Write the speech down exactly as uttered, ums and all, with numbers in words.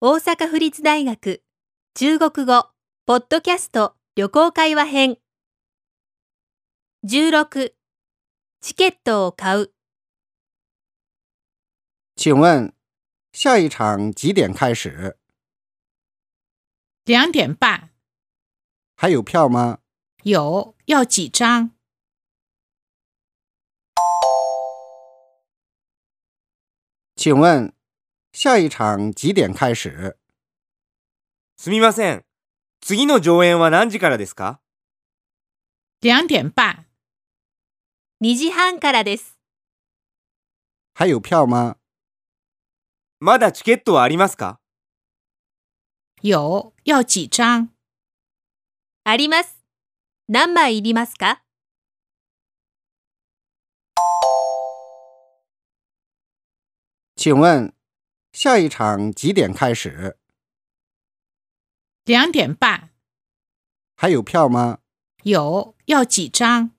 大阪府立大学中国語ポッドキャスト旅行会話編じゅうろくチケットを買う。 请问下一场几点开始？ 两点半。 还有票吗？ 有，要几张？ 请问下一场几点开始？ すみません。次の上演は何時からですか？ 两点半。 にじはんからです。 还有票吗？ まだチケットはありますか？ 有，要几张？ あります。何枚いりますか？ 请问下一场几点开始？ 两点半。 还有票吗？ 有，要几张？